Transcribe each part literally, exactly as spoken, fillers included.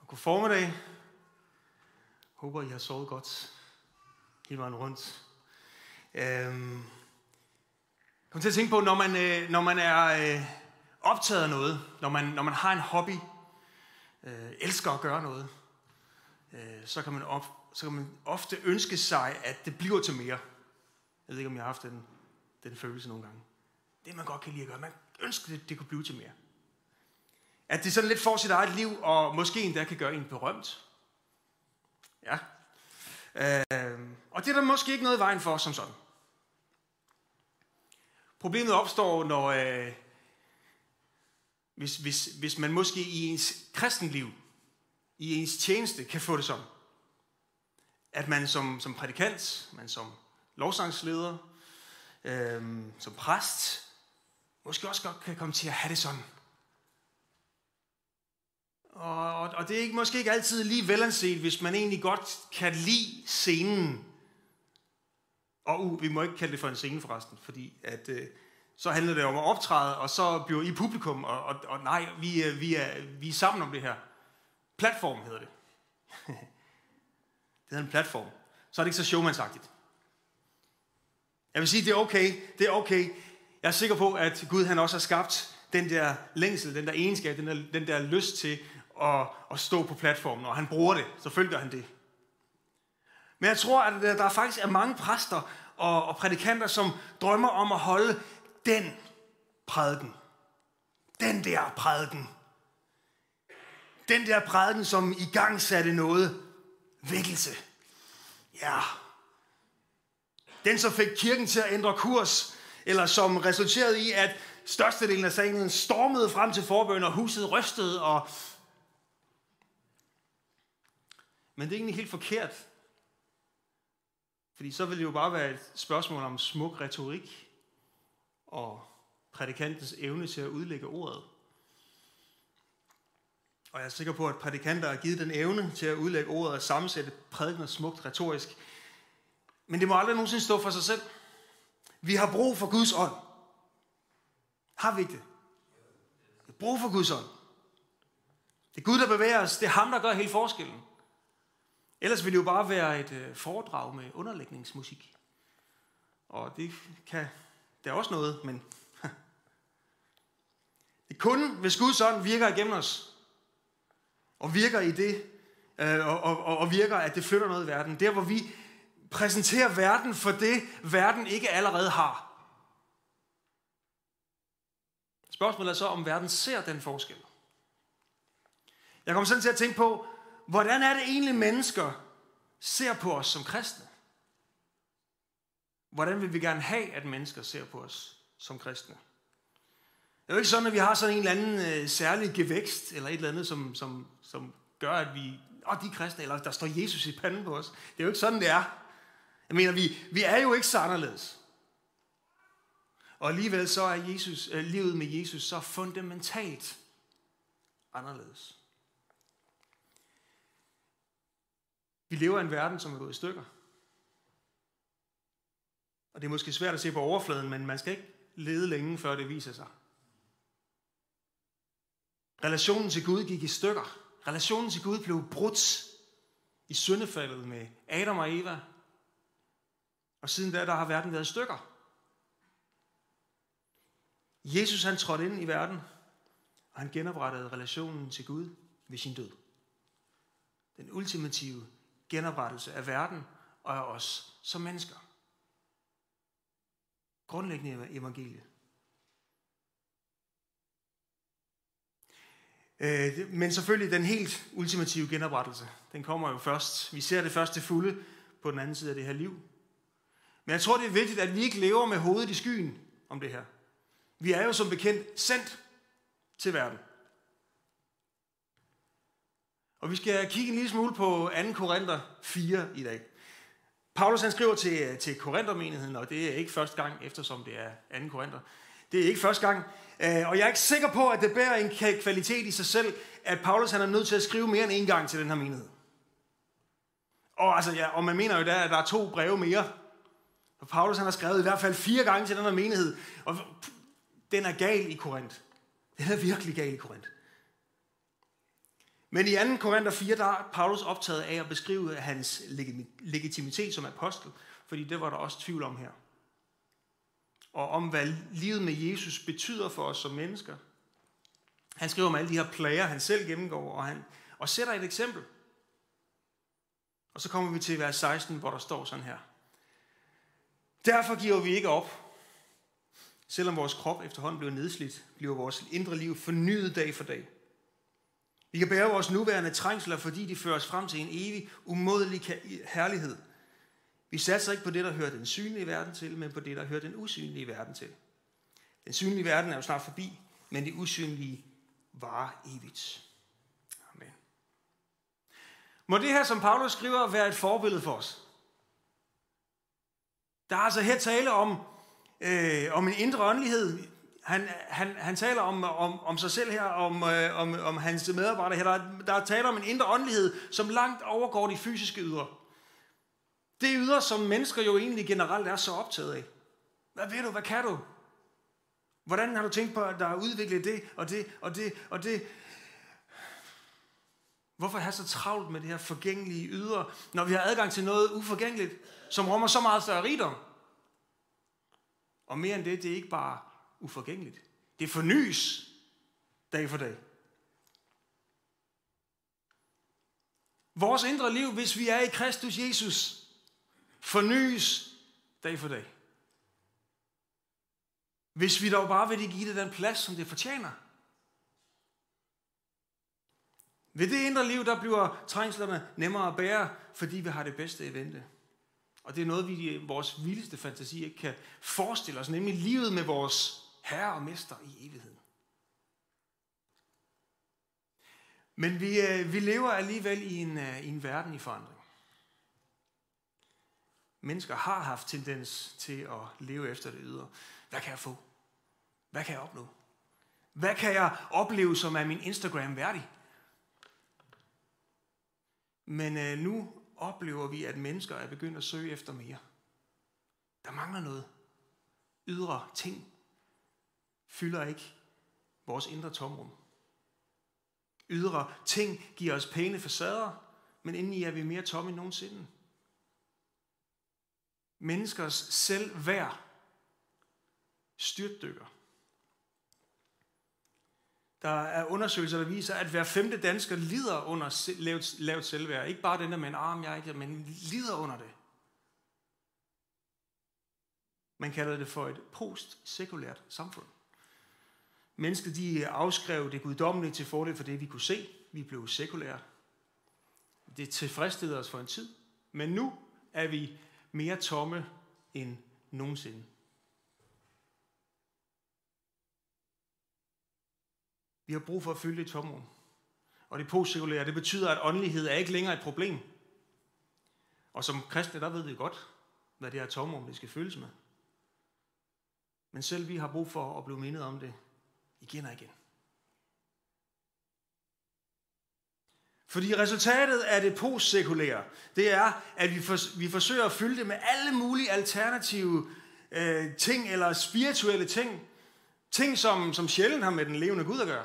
God formiddag. Håber, I har sovet godt hele vejen rundt. Øhm. Jeg kom til at tænke på, når man, øh, når man er øh, optaget af noget, når man, når man har en hobby, øh, elsker at gøre noget, øh, så, kan man op, så kan man ofte ønske sig, at det bliver til mere. Jeg ved ikke, om jeg har haft den, den følelse nogle gange. Det man godt kan lide at gøre, man ønsker, at det, det kunne blive til mere. At det sådan lidt får sit eget liv, og måske endda kan gøre en berømt. Ja. Øh, og det er der måske ikke noget i vejen for som sådan. Problemet opstår, når øh, hvis, hvis, hvis man måske i ens kristenliv, i ens tjeneste, kan få det sådan, at man som, som prædikant, man som lovsangsleder, øh, som præst, måske også godt kan komme til at have det sådan. Og, og det er ikke, måske ikke altid lige velanset, hvis man egentlig godt kan lide scenen. Og uh, vi må ikke kalde det for en scene forresten, fordi at, øh, så handler det om at optræde, og så bliver I publikum, og, og, og nej, vi, øh, vi, er, vi er sammen om det her. Platform hedder det. Det hedder en platform. Så er det ikke så showmansagtigt. Jeg vil sige, det er okay, det er okay. Jeg er sikker på, at Gud han også har skabt den der længsel, den der egenskab, den der, den der lyst til at, at stå på platformen, og han bruger det, selvfølgelig gør han det. Men jeg tror, at der faktisk er mange præster og, og prædikanter, som drømmer om at holde den prædiken. Den der prædiken. Den der prædiken, som i gang satte noget vækkelse. Ja. Den, som fik kirken til at ændre kurs, eller som resulterede i, at størstedelen af salen stormede frem til forbøn, og huset rystede. Og... Men det er egentlig helt forkert. Fordi så vil det jo bare være et spørgsmål om smuk retorik og prædikantens evne til at udlægge ordet. Og jeg er sikker på, at prædikanter har givet den evne til at udlægge ordet og sammensætte prædikener smukt retorisk. Men det må aldrig nogensinde stå for sig selv. Vi har brug for Guds ånd. Har vi ikke det? Vi har brug for Guds ånd. Det er Gud, der bevæger os. Det er ham, der gør hele forskellen. Ellers vil det jo bare være et foredrag med underlægningsmusik. Og det kan... Det er også noget, men... Det er kun, hvis Guds ånd virker igennem os. Og virker i det. Og, og, og virker, at det flytter noget i verden. Der, hvor vi præsenterer verden for det, verden ikke allerede har. Spørgsmålet er så, om verden ser den forskel. Jeg kommer sådan til at tænke på, hvordan er det egentlig mennesker ser på os som kristne? Hvordan vil vi gerne have, at mennesker ser på os som kristne? Det er jo ikke sådan, at vi har sådan en eller anden øh, særlig gevækst, eller et eller andet, som, som, som gør, at vi, åh, de er kristne, eller der står Jesus i panden på os. Det er jo ikke sådan, det er. Jeg mener, vi, vi er jo ikke så anderledes. Og alligevel så er Jesus, øh, livet med Jesus så fundamentalt anderledes. Vi lever i en verden, som er gået i stykker. Og det er måske svært at se på overfladen, men man skal ikke lede længe, før det viser sig. Relationen til Gud gik i stykker. Relationen til Gud blev brudt i syndefaldet med Adam og Eva. Og siden da, der har verden været i stykker. Jesus han trådte ind i verden, og han genoprettede relationen til Gud ved sin død. Den ultimative genoprettelse af verden og af os som mennesker. Grundlæggende evangelie. Men selvfølgelig den helt ultimative genoprettelse, den kommer jo først. Vi ser det først til fulde på den anden side af det her liv. Men jeg tror, det er vigtigt, at vi ikke lever med hovedet i skyen om det her. Vi er jo som bekendt sendt til verden. Og vi skal kigge en lille smule på anden Korinther fire i dag. Paulus han skriver til, til Korinthermenigheden, og det er ikke første gang, eftersom det er anden Korinther. Det er ikke første gang. Og jeg er ikke sikker på, at det bærer en kvalitet i sig selv, at Paulus han er nødt til at skrive mere end en gang til den her menighed. Og, altså, ja, og man mener jo, der, at der er to breve mere. Og Paulus han har skrevet i hvert fald fire gange til den her menighed. Og den er gal i Korinth. Den er virkelig gal i Korinth. Men i anden Korinther fire, der er Paulus optaget af at beskrive hans legitimitet som apostel, fordi det var der også tvivl om her. Og om hvad livet med Jesus betyder for os som mennesker. Han skriver om alle de her plager, han selv gennemgår, og han og sætter et eksempel. Og så kommer vi til vers seksten, hvor der står sådan her. Derfor giver vi ikke op. Selvom vores krop efterhånden bliver nedslidt, bliver vores indre liv fornyet dag for dag. Vi kan bære vores nuværende trængsler, fordi de fører os frem til en evig, umådelig herlighed. Vi satser ikke på det, der hører den synlige verden til, men på det, der hører den usynlige verden til. Den synlige verden er jo snart forbi, men det usynlige varer evigt. Amen. Må det her, som Paulus skriver, være et forbillede for os? Der er altså her tale om, øh, om en indre åndelighed. Han, han, han taler om, om, om sig selv her, om, øh, om, om hans medarbejdere her. Der, der er tale om en indre åndelighed, som langt overgår de fysiske ydre. Det er ydre, som mennesker jo egentlig generelt er så optaget af. Hvad ved du? Hvad kan du? Hvordan har du tænkt på, at der er udviklet det, og det, og det, og det? Hvorfor have så travlt med det her forgængelige ydre, når vi har adgang til noget uforgængeligt, som rummer så meget større rigdom? Og mere end det, det er ikke bare uforgængeligt. Det fornyes dag for dag. Vores indre liv, hvis vi er i Kristus Jesus, fornyes dag for dag. Hvis vi dog bare vil give det den plads, som det fortjener. Ved det indre liv, der bliver trængslerne nemmere at bære, fordi vi har det bedste i vente. Og det er noget, vi i vores vildeste fantasi ikke kan forestille os, nemlig livet med vores Herre og Mester i evigheden. Men vi, vi lever alligevel i en, i en verden i forandring. Mennesker har haft tendens til at leve efter det ydre. Hvad kan jeg få? Hvad kan jeg opnå? Hvad kan jeg opleve, som er min Instagram værdig? Men øh, nu oplever vi, at mennesker er begyndt at søge efter mere. Der mangler noget. Ydre ting fylder ikke vores indre tomrum. Ydre ting giver os pæne facader, men indeni er vi mere tomme end nogensinde. Menneskers selvværd styrtdykker. Der er undersøgelser, der viser, at hver femte dansker lider under lavt, lavt selvværd. Ikke bare den der med en arm, jeg ikke, men lider under det. Man kalder det for et post-sekulært samfund. Mennesker, de afskrev det guddommelige til fordel for det, vi kunne se. Vi blev sekulære. Det tilfredsstillede os for en tid. Men nu er vi mere tomme end nogensinde. Vi har brug for at fylde det tomrum. Og det postsekulære, det betyder, at åndelighed er ikke længere et problem. Og som kristne, der ved vi godt, hvad det her tomrum, det skal fyldes med. Men selv vi har brug for at blive mindet om det igen og igen. Fordi resultatet af det postsekulære, det er, at vi, for, vi forsøger at fylde det med alle mulige alternative øh, ting, eller spirituelle ting. Ting, som, som sjældent har med den levende Gud at gøre.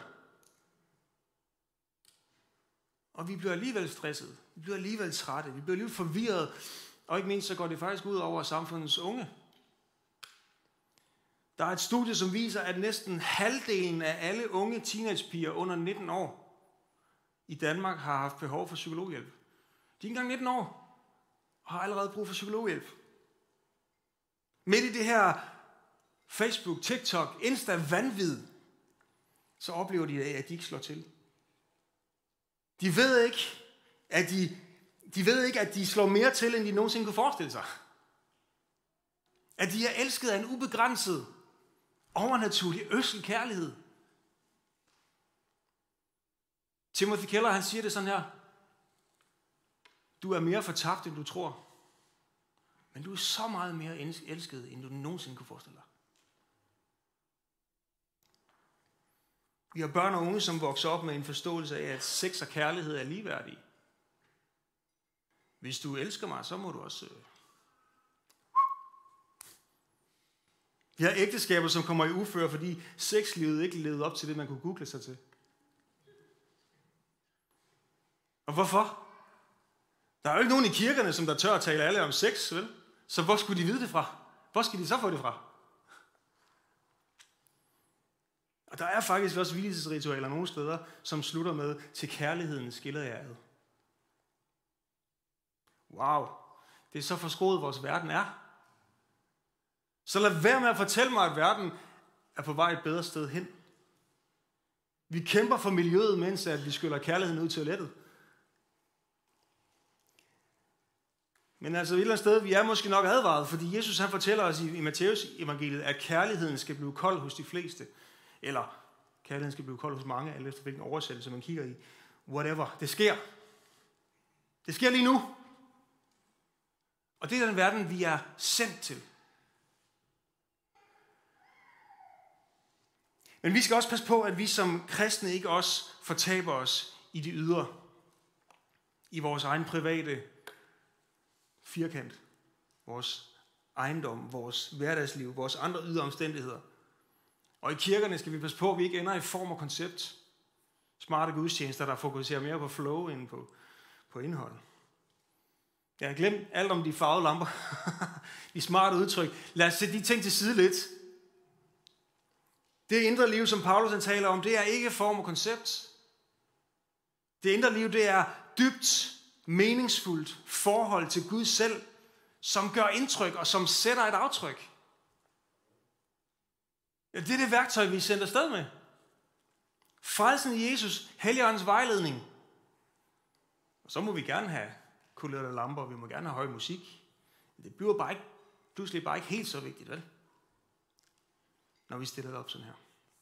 Og vi bliver alligevel stresset. Vi bliver alligevel trætte. Vi bliver alligevel forvirret. Og ikke mindst så går det faktisk ud over samfundets unge. Der er et studie, som viser, at næsten halvdelen af alle unge teenagepiger under nitten år i Danmark har haft behov for psykologhjælp. De er ikke engang nitten år og har allerede brug for psykologhjælp. Midt i det her Facebook, TikTok, Insta vanvid, så oplever de, at de ikke slår til. De ved ikke, at de, de ved ikke, at de slår mere til, end de nogensinde kunne forestille sig. At de er elsket af en ubegrænset, overnaturlig, ødsel kærlighed. Timothy Keller, han siger det sådan her. Du er mere fortabt, end du tror. Men du er så meget mere elsket, end du nogensinde kunne forestille dig. Vi har børn og unge, som vokser op med en forståelse af, at sex og kærlighed er ligeværdige. Hvis du elsker mig, så må du også... Vi har ægteskaber, som kommer i uføre, fordi sexlivet ikke levede op til det, man kunne google sig til. Og hvorfor? Der er jo ikke nogen i kirkerne, som der tør at tale alle om sex, vel? Så hvor skulle de vide det fra? Hvor skal de så få det fra? Og der er faktisk også hvilesesritualer nogle steder, som slutter med, til kærligheden skiller jer ad. Wow, det er så forskroet, vores verden er. Så lad være med at fortælle mig, at verden er på vej et bedre sted hen. Vi kæmper for miljøet, mens at vi skyller kærligheden ud til toilettet. Men altså et eller andet sted, vi er måske nok advaret, fordi Jesus han fortæller os i, i Matteus evangeliet, at kærligheden skal blive kold hos de fleste. Eller kærligheden skal blive kold hos mange, alt efter hvilken oversættelse man kigger i. Whatever. Det sker. Det sker lige nu. Og det er den verden, vi er sendt til. Men vi skal også passe på, at vi som kristne ikke også fortaber os i de ydre. I vores egen private firkant. Vores ejendom, vores hverdagsliv, vores andre ydre omstændigheder. Og i kirkerne skal vi passe på, at vi ikke ender i form og koncept. Smarte gudstjenester, der fokuserer mere på flow end på, på indhold. Jeg har glemt alt om de farvede lamper. De smarte udtryk. Lad os sætte de ting til side lidt. Det indre liv, som Paulus han taler om, det er ikke form og koncept. Det indre liv, det er dybt, meningsfuldt forhold til Gud selv, som gør indtryk og som sætter et aftryk. Ja, det er det værktøj, vi er sendt afsted med. Frelsen i Jesus, Helligåndens vejledning. Og så må vi gerne have kulerede lamper, og vi må gerne have høj musik. Det bliver bare ikke, pludselig bare ikke helt så vigtigt, vel? Når vi stiller det op sådan her.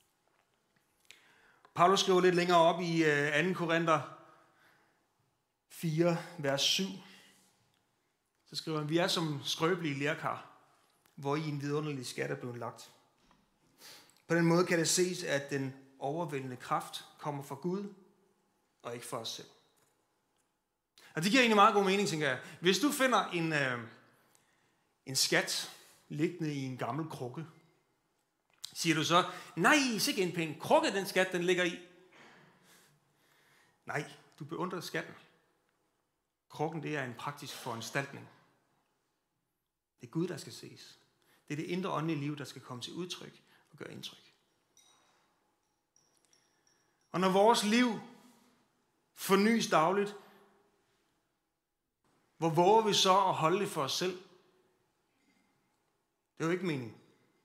Paulus skriver lidt længere op i anden Korinther fire, vers syv. Så skriver han, vi er som skrøbelige lerkar, hvor i en vidunderlig skat er blevet lagt. På den måde kan det ses, at den overvældende kraft kommer fra Gud, og ikke fra os selv. Og det giver egentlig meget god mening, tænker jeg. Hvis du finder en, øh, en skat liggende i en gammel krukke, siger du så, nej, sikke en pæn krukke, den skat, den ligger i. Nej, du beundrer skatten. Krukken, det er en praktisk foranstaltning. Det er Gud, der skal ses. Det er det indre åndelige liv, der skal komme til udtryk og gøre indtryk. Og når vores liv fornyes dagligt, hvor våger vi så at holde det for os selv? Det er jo ikke meningen.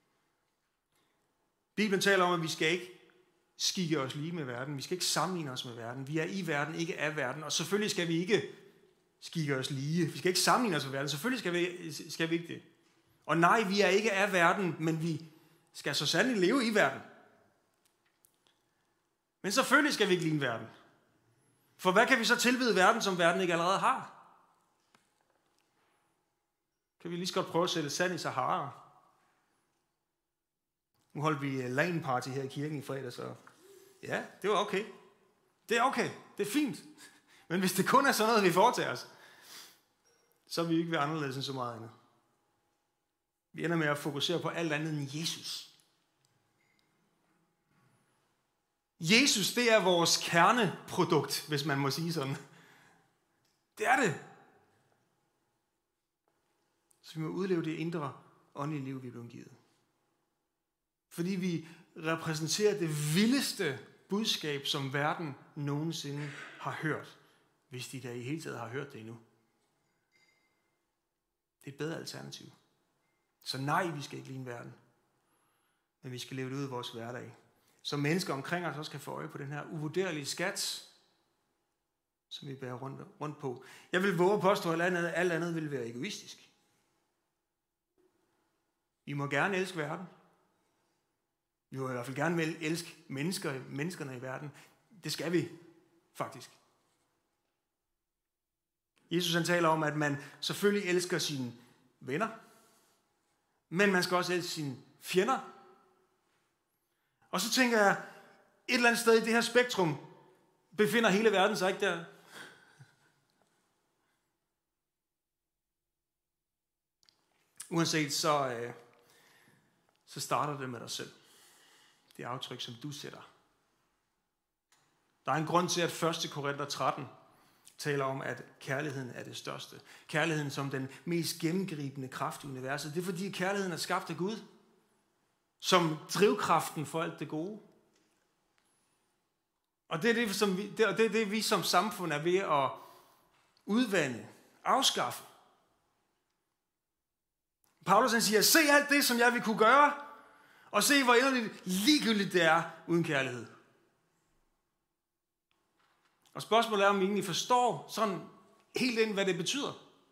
Bibelen taler om, at vi skal ikke skikke os lige med verden. Vi skal ikke sammenligne os med verden. Vi er i verden, ikke af verden. Og selvfølgelig skal vi ikke skikke os lige. Vi skal ikke sammenligne os med verden. Selvfølgelig skal vi, skal vi ikke det. Og nej, vi er ikke af verden, men vi skal så sandelig leve i verden. Men selvfølgelig skal vi ikke ligne verden. For hvad kan vi så tilbyde verden, som verden ikke allerede har? Kan vi lige så godt prøve at sætte sand i Sahara? Nu holdt vi LAN-party her i kirken i fredag, så ja, det var okay. Det er okay, det er fint. Men hvis det kun er sådan noget, vi foretager os, så vil vi ikke være anderledes end så meget andet. Vi ender med at fokusere på alt andet end Jesus. Jesus, det er vores kerneprodukt, hvis man må sige sådan. Det er det. Så vi må udleve det indre åndelige liv, vi er blevet givet. Fordi vi repræsenterer det vildeste budskab, som verden nogensinde har hørt. Hvis de der i hele taget har hørt det endnu. Det er et bedre alternativ. Så nej, vi skal ikke ligne verden. Men vi skal leve det ud i vores hverdag. Så mennesker omkring os også kan få øje på den her uvurderlige skat, som vi bærer rundt, rundt på. Jeg vil våge at påstå, at alt andet, alt andet vil være egoistisk. Vi må gerne elske verden. Vi må i hvert fald gerne elske mennesker, menneskerne i verden. Det skal vi faktisk. Jesus han taler om, at man selvfølgelig elsker sine venner, men man skal også elske sine fjender. Og så tænker jeg, et eller andet sted i det her spektrum, befinder hele verden sig ikke der. Uanset så, øh, så starter det med dig selv. Det aftryk, som du sætter. Der er en grund til, at første Korinther tretten taler om, at kærligheden er det største. Kærligheden som den mest gennemgribende kraft i universet. Det er fordi kærligheden er skabt af Gud. Som drivkraften for alt det gode. Og det er det, som vi, det, og det, er det, vi som samfund er ved at udvande, afskaffe. Paulus han siger, se alt det, som jeg vil kunne gøre, og se, hvor inderligt ligegyldigt det er uden kærlighed. Og spørgsmålet er, om vi egentlig forstår sådan helt ind, hvad det betyder.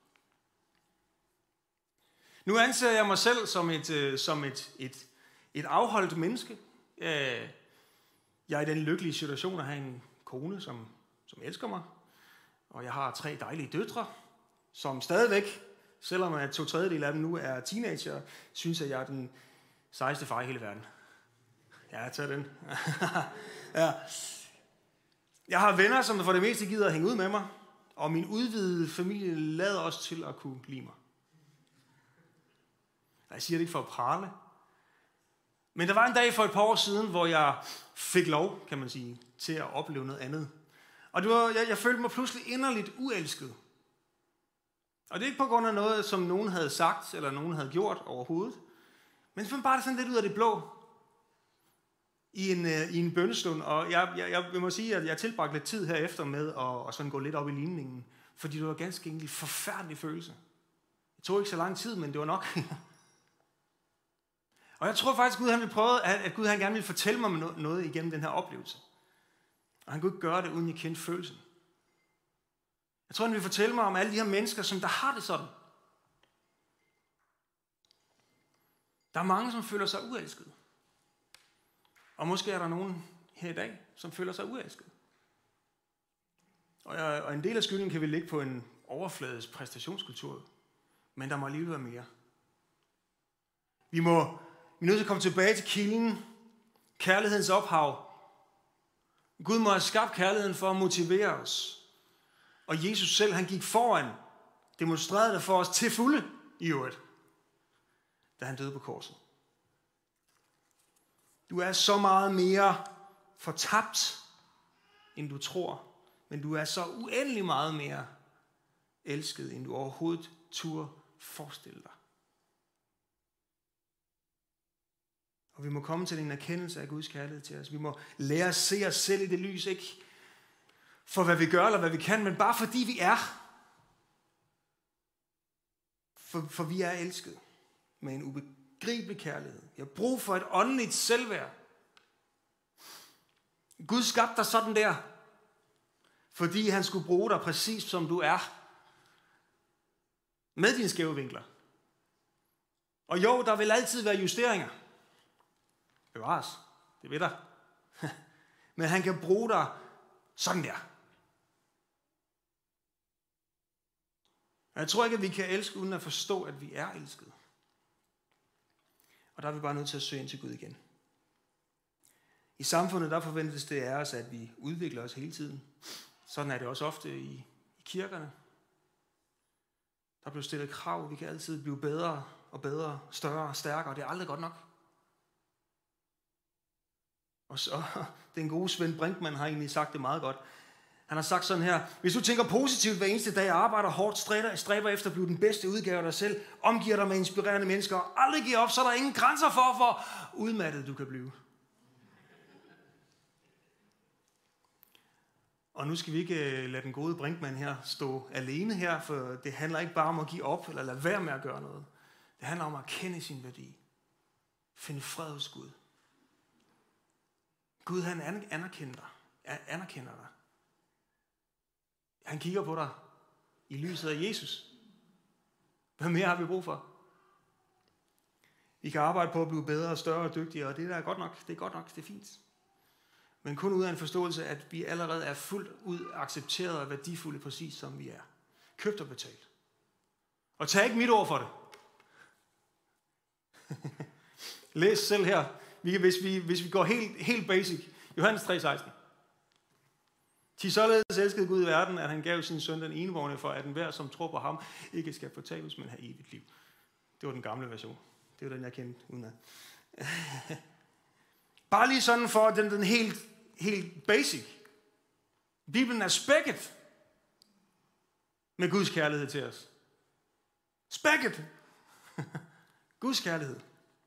Nu anser jeg mig selv som et, som et, et, et afholdt menneske. Jeg er i den lykkelige situation at have en kone, som, som elsker mig. Og jeg har tre dejlige døtre, som stadigvæk, selvom at to tredjedel af dem nu er teenager, synes, at jeg er den sejeste far i hele verden. Ja, jeg tager den. Ja. Jeg har venner, som for det meste gider at hænge ud med mig, og min udvidede familie lader også til at kunne lide mig. Jeg siger det ikke for at prale. Men der var en dag for et par år siden, hvor jeg fik lov, kan man sige, til at opleve noget andet. Og det var, jeg, jeg følte mig pludselig inderligt uelsket. Og det er ikke på grund af noget, som nogen havde sagt, eller nogen havde gjort overhovedet. Men det bare sådan lidt ud af det blå. I en, i en bønnestund. Og jeg, jeg, jeg må sige, at jeg tilbragte lidt tid herefter med at, at sådan gå lidt op i ligningen. Fordi det var ganske enkelt en forfærdelig følelse. Det tog ikke så lang tid, men det var nok. Og jeg tror faktisk, at Gud, han ville prøve, at Gud han gerne ville fortælle mig noget, noget igennem den her oplevelse. Og han kunne ikke gøre det, uden jeg kendte følelsen. Jeg tror, han ville fortælle mig om alle de her mennesker, som der har det sådan. Der er mange, som føler sig uelskede. Og måske er der nogen her i dag, som føler sig uelsket. Og, jeg, og en del af skylden kan vi ligge på en overfladisk præstationskultur. Men der må alligevel være mere. Vi må vi er nødt til at komme tilbage til kilden. Kærlighedens ophav. Gud må have skabt kærligheden for at motivere os. Og Jesus selv, han gik foran. Demonstrerede det for os til fulde i øvrigt. Da han døde på korset. Du er så meget mere fortabt, end du tror. Men du er så uendelig meget mere elsket, end du overhovedet turde forestille dig. Og vi må komme til en erkendelse af Guds kærlighed til os. Vi må lære at se os selv i det lys, ikke for hvad vi gør eller hvad vi kan, men bare fordi vi er. For, for vi er elsket med en ubegribelig kærlighed. Vi har brug for et åndeligt selvværd. Gud skabte dig sådan der, fordi han skulle bruge dig præcis som du er. Med dine skæve vinkler. Og jo, der vil altid være justeringer. Bevares, det ved der. Men han kan bruge dig sådan der. Og jeg tror ikke, at vi kan elske, uden at forstå, at vi er elsket. Og der er vi bare nødt til at søge ind til Gud igen. I samfundet, der forventes det af os, at vi udvikler os hele tiden. Sådan er det også ofte i, i kirkerne. Der bliver stillet krav, vi kan altid blive bedre og bedre, større og stærkere, og det er aldrig godt nok. Og så, den gode Svend Brinkmann har egentlig sagt det meget godt. Han har sagt sådan her: hvis du tænker positivt hver eneste dag, arbejder hårdt, stræber, stræber efter at blive den bedste udgave af dig selv, omgiver dig med inspirerende mennesker, og aldrig giver op, så er der ingen grænser for, hvor udmattet du kan blive. Og nu skal vi ikke lade den gode Brinkmann her stå alene her, for det handler ikke bare om at give op, eller lade være med at gøre noget. Det handler om at kende sin værdi. Finde fred hos Gud. Gud, han anerkender dig. anerkender dig. Han kigger på dig i lyset af Jesus. Hvad mere har vi brug for? Vi kan arbejde på at blive bedre og større og dygtigere, og det der er godt nok. Det er godt nok, det er fint. Men kun ud af en forståelse, at vi allerede er fuldt ud accepteret og værdifulde, præcis som vi er. Købt og betalt. Og tag ikke mit ord for det. Læs selv her. Vi kan, hvis, vi, hvis vi går helt, helt basic. Johannes tre seksten. Til således elskede Gud i verden, at han gav sin søn den enevågne for, at enhver, som tror på ham, ikke skal fortabes, men have evigt liv. Det var den gamle version. Det var den, jeg kendte uden at. Bare lige sådan for den, den helt, helt basic. Bibelen er spækket med Guds kærlighed til os. Spækket! Guds kærlighed.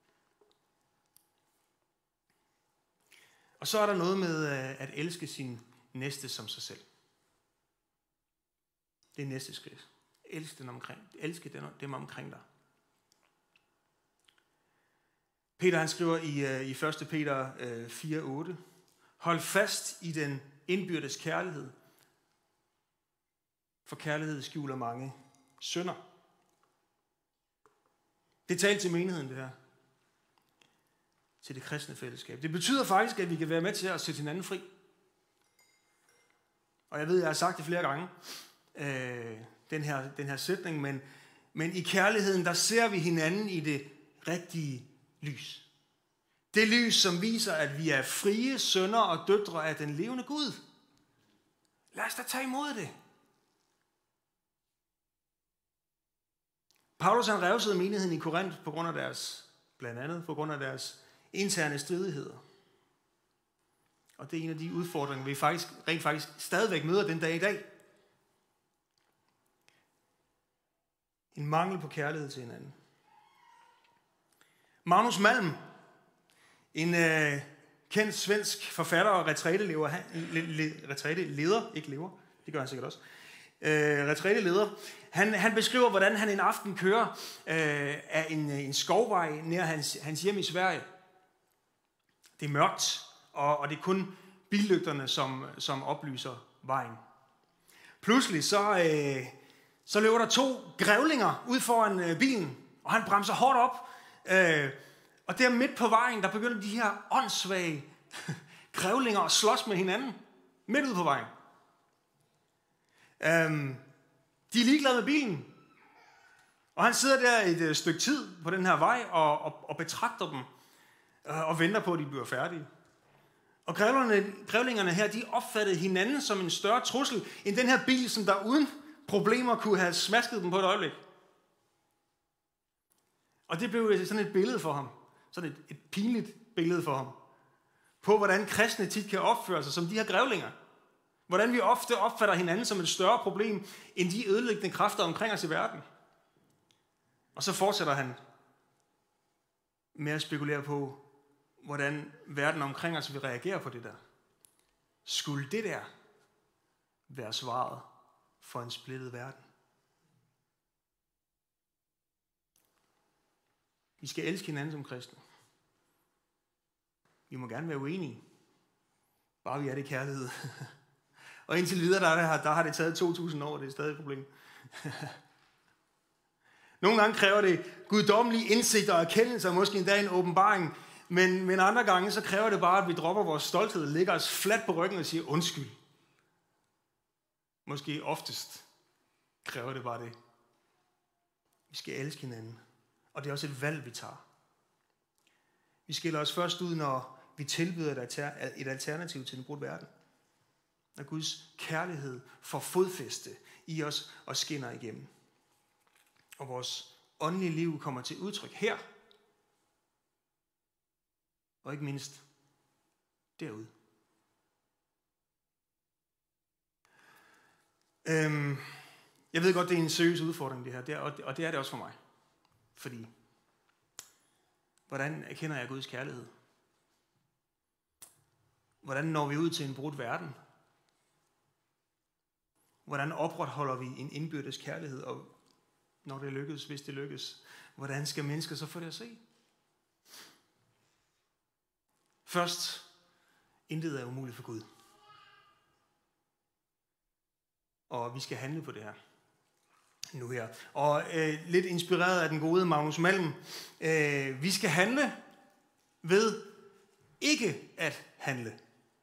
Og så er der noget med at elske sin næste som sig selv. Det er næste skridt. Elsk den omkring. Elske dem omkring dig. Peter han skriver i, i første Peter fire otte. Hold fast i den indbyrdes kærlighed. For kærlighed skjuler mange synder. Det er talt til menigheden, det her. Til det kristne fællesskab. Det betyder faktisk, at vi kan være med til at sætte hinanden fri. Og jeg ved, jeg har sagt det flere gange, øh, den, her, den her sætning, men, men i kærligheden, der ser vi hinanden i det rigtige lys. Det lys, som viser, at vi er frie sønner og døtre af den levende Gud. Lad os da tage imod det. Paulus han revsede menigheden i Korinth på grund af deres, blandt andet på grund af deres interne stridigheder. Og det er en af de udfordringer, vi faktisk, rent faktisk stadigvæk møder den dag i dag. En mangel på kærlighed til hinanden. Magnus Malm, en øh, kendt svensk forfatter og retræteleder, le, le, retræteleder, ikke lever, det gør han sikkert også, øh, retræteleder, han, han beskriver, hvordan han en aften kører øh, af en, en skovvej nær hans, hans hjem i Sverige. Det er mørkt, og, og det er kun billygterne, som, som oplyser vejen. Pludselig så, øh, så løber der to grævlinger ud foran øh, bilen, og han bremser hårdt op. Øh, og der midt på vejen, der begynder de her åndssvage grævlinger at slås med hinanden. Midt ude på vejen. Øh, de er ligeglade med bilen. Og han sidder der et øh, stykke tid på den her vej og, og, og betragter dem. Øh, og venter på, at de bliver færdige. Og grævlingerne her, de opfattede hinanden som en større trussel, end den her bil, som der uden problemer kunne have smasket dem på et øjeblik. Og det blev sådan et billede for ham. Sådan et, et pinligt billede for ham. På hvordan kristne tit kan opføre sig som de her grævlinger. Hvordan vi ofte opfatter hinanden som et større problem, end de ødelæggende kræfter omkring os i verden. Og så fortsætter han med at spekulere på, hvordan verden omkring os vil reagere på det der. Skulle det der være svaret for en splittet verden? Vi skal elske hinanden som kristne. Vi må gerne være uenige. Bare vi er det kærlighed. Og indtil videre, der, der, der har det taget to tusind år, det er stadig et problem. Nogle gange kræver det guddommelig indsigt og erkendelse, og måske endda en åbenbaring. Men, men andre gange, så kræver det bare, at vi dropper vores stolthed, lægger os fladt på ryggen og siger undskyld. Måske oftest kræver det bare det. Vi skal elske hinanden. Og det er også et valg, vi tager. Vi skiller os først ud, når vi tilbyder et alternativ til en brudt verden. Når Guds kærlighed får fodfæste i os og skinner igennem. Og vores åndelige liv kommer til udtryk her. Og ikke mindst derude. Øhm, jeg ved godt, det er en seriøs udfordring, det her. Det er, og det er det også for mig. Fordi, hvordan erkender jeg Guds kærlighed? Hvordan når vi ud til en brudt verden? Hvordan opretholder vi en indbyrdes kærlighed? Og når det lykkes, hvis det lykkes, hvordan skal mennesker så få det at se? Først, intet er umuligt for Gud. Og vi skal handle på det her. Nu her. Og øh, lidt inspireret af den gode Magnus Malm. Øh, vi skal handle ved ikke at handle.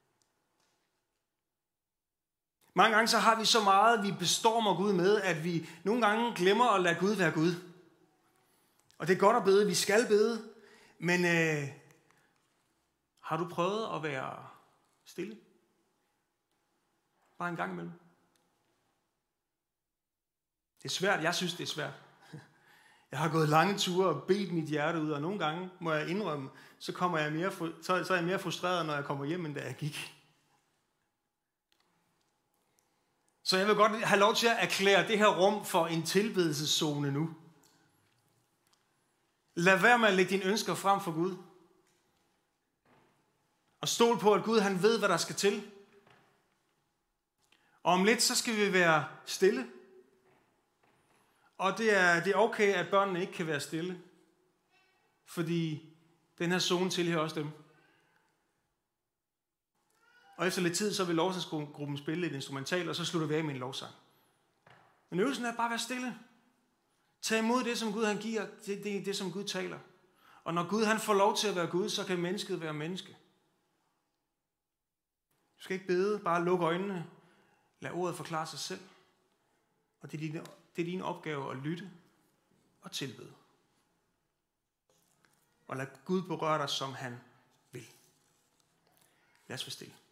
Mange gange så har vi så meget, vi bestormer Gud med, at vi nogle gange glemmer at lade Gud være Gud. Og det er godt at bede, vi skal bede, men øh, har du prøvet at være stille? Bare en gang imellem. Det er svært, jeg synes det er svært. Jeg har gået lange ture og bedt mit hjerte ud, og nogle gange må jeg indrømme, så, kommer jeg mere, så, så er jeg mere frustreret, når jeg kommer hjem, end da jeg gik. Så jeg vil godt have lov til at erklære det her rum for en tilbedelseszone nu. Lad være med at lægge dine ønsker frem for Gud. Og stol på, at Gud han ved, hvad der skal til. Og om lidt, så skal vi være stille. Og det er, det er okay, at børnene ikke kan være stille. Fordi den her zone tilhører også dem. Og efter lidt tid, så vil lovsangsgruppen spille et instrumental, og så slutter vi af med en lovsang. Men øvelsen er bare at være stille. Tag imod det, som Gud han giver. Det, det er det, som Gud taler. Og når Gud han får lov til at være Gud, så kan mennesket være menneske. Du skal ikke bede, bare lukke øjnene. Lad ordet forklare sig selv. Og det er din, det er din opgave at lytte og tilbede. Og lad Gud berøre dig, som han vil. Lad os være stille.